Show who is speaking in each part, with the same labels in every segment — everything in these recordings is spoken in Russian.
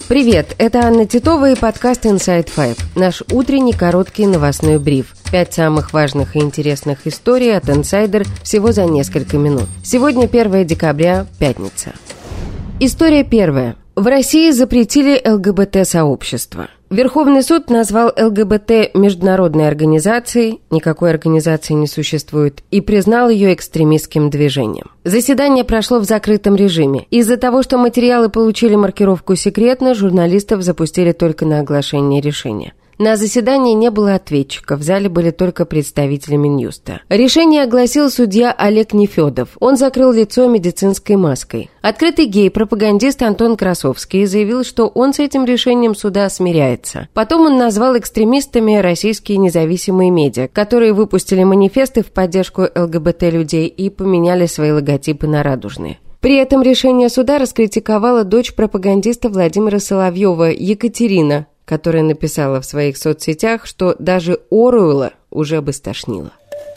Speaker 1: Привет, это Анна Титова и подкаст Inside Five, наш утренний короткий новостной бриф. 5 самых важных и интересных историй от Insider всего за несколько минут. Сегодня 1 декабря, пятница. История первая. В России запретили ЛГБТ-сообщество. Верховный суд назвал ЛГБТ международной организацией, никакой организации не существует, и признал ее экстремистским движением. Заседание прошло в закрытом режиме. Из-за того, что материалы получили маркировку «секретно», журналистов запустили только на оглашение решения. На заседании не было ответчиков, в зале были только представители Минюста. Решение огласил судья Олег Нефедов. Он закрыл лицо медицинской маской. Открытый гей-пропагандист Антон Красовский заявил, что он с этим решением суда смиряется. Потом он назвал экстремистами российские независимые медиа, которые выпустили манифесты в поддержку ЛГБТ-людей и поменяли свои логотипы на радужные. При этом решение суда раскритиковала дочь пропагандиста Владимира Соловьева Екатерина, которая написала в своих соцсетях, что даже Оруэлла уже бы стошнило.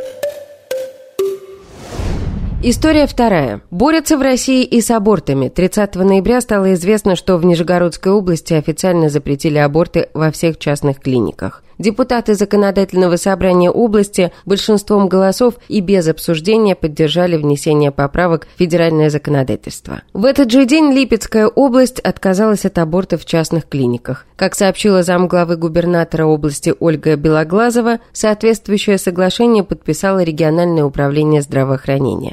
Speaker 1: История вторая. Борются в России и с абортами. 30 ноября стало известно, что в Нижегородской области официально запретили аборты во всех частных клиниках. Депутаты Законодательного собрания области большинством голосов и без обсуждения поддержали внесение поправок в федеральное законодательство. В этот же день Липецкая область отказалась от абортов в частных клиниках. Как сообщила замглавы губернатора области Ольга Белоглазова, соответствующее соглашение подписало региональное управление здравоохранения.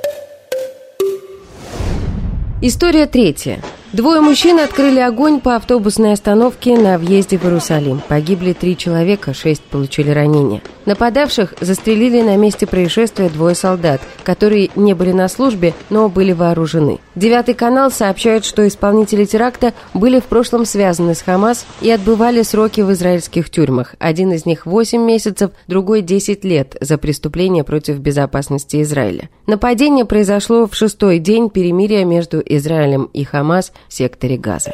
Speaker 1: История третья. 2 мужчин открыли огонь по автобусной остановке на въезде в Иерусалим. Погибли 3 человека, 6 получили ранения. Нападавших застрелили на месте происшествия 2 солдат, которые не были на службе, но были вооружены. 9 канал сообщает, что исполнители теракта были в прошлом связаны с Хамас и отбывали сроки в израильских тюрьмах. Один из них 8 месяцев, другой 10 лет за преступление против безопасности Израиля. Нападение произошло в 6-й день перемирия между Израилем и Хамас в секторе Газа.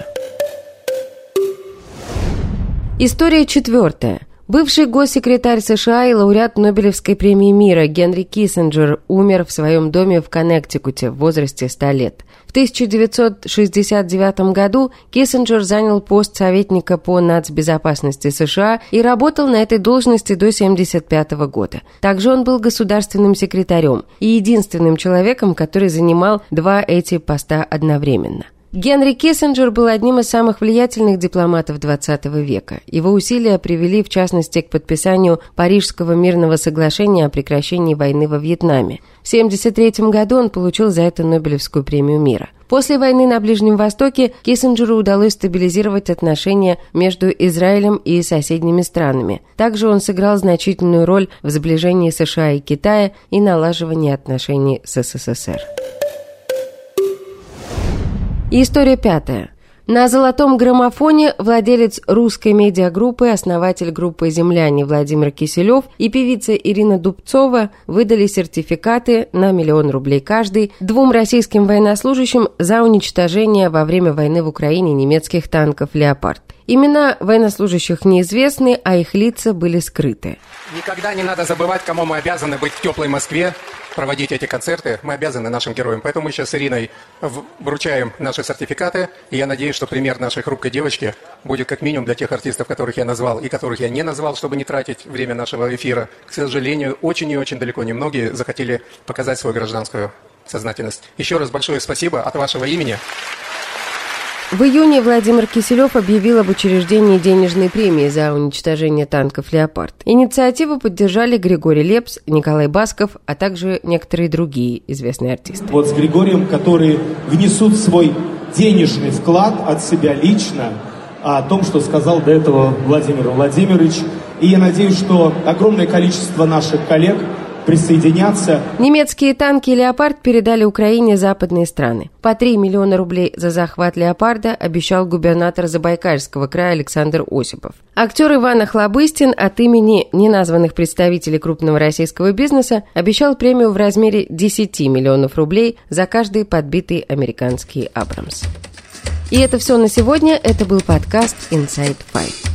Speaker 1: История четвертая. Бывший госсекретарь США и лауреат Нобелевской премии мира Генри Киссинджер умер в своем доме в Коннектикуте в возрасте 100 лет. В 1969 году Киссинджер занял пост советника по нацбезопасности США и работал на этой должности до 1975 года. Также он был государственным секретарем и единственным человеком, который занимал 2 эти поста одновременно. Генри Киссинджер был одним из самых влиятельных дипломатов XX века. Его усилия привели, в частности, к подписанию Парижского мирного соглашения о прекращении войны во Вьетнаме. В 1973 году он получил за это Нобелевскую премию мира. После войны на Ближнем Востоке Киссинджеру удалось стабилизировать отношения между Израилем и соседними странами. Также он сыграл значительную роль в сближении США и Китая и налаживании отношений с СССР. И история пятая. На «Золотом граммофоне» владелец русской медиагруппы, основатель группы «Земляне» Владимир Киселев и певица Ирина Дубцова выдали сертификаты на 1 000 000 рублей каждый 2 российским военнослужащим за уничтожение во время войны в Украине немецких танков «Леопард». Имена военнослужащих неизвестны, а их лица были скрыты.
Speaker 2: Никогда не надо забывать, кому мы обязаны быть в теплой Москве, проводить эти концерты. Мы обязаны нашим героям. Поэтому мы сейчас с Ириной вручаем наши сертификаты. И я надеюсь, что пример нашей хрупкой девочки будет как минимум для тех артистов, которых я назвал и которых я не назвал, чтобы не тратить время нашего эфира. К сожалению, очень и очень далеко немногие захотели показать свою гражданскую сознательность. Еще раз большое спасибо от вашего имени.
Speaker 1: В июне Владимир Киселев объявил об учреждении денежной премии за уничтожение танков «Леопард». Инициативу поддержали Григорий Лепс, Николай Басков, а также некоторые другие известные артисты.
Speaker 3: Вот с Григорием, которые внесут свой денежный вклад от себя лично о том, что сказал до этого Владимир Владимирович. И я надеюсь, что огромное количество наших коллег присоединятся.
Speaker 1: Немецкие танки «Леопард» передали Украине западные страны. По 3 миллиона рублей за захват «Леопарда» обещал губернатор Забайкальского края Александр Осипов. Актер Иван Охлобыстин от имени неназванных представителей крупного российского бизнеса обещал премию в размере 10 миллионов рублей за каждый подбитый американский «Абрамс». И это все на сегодня. Это был подкаст Inside Five.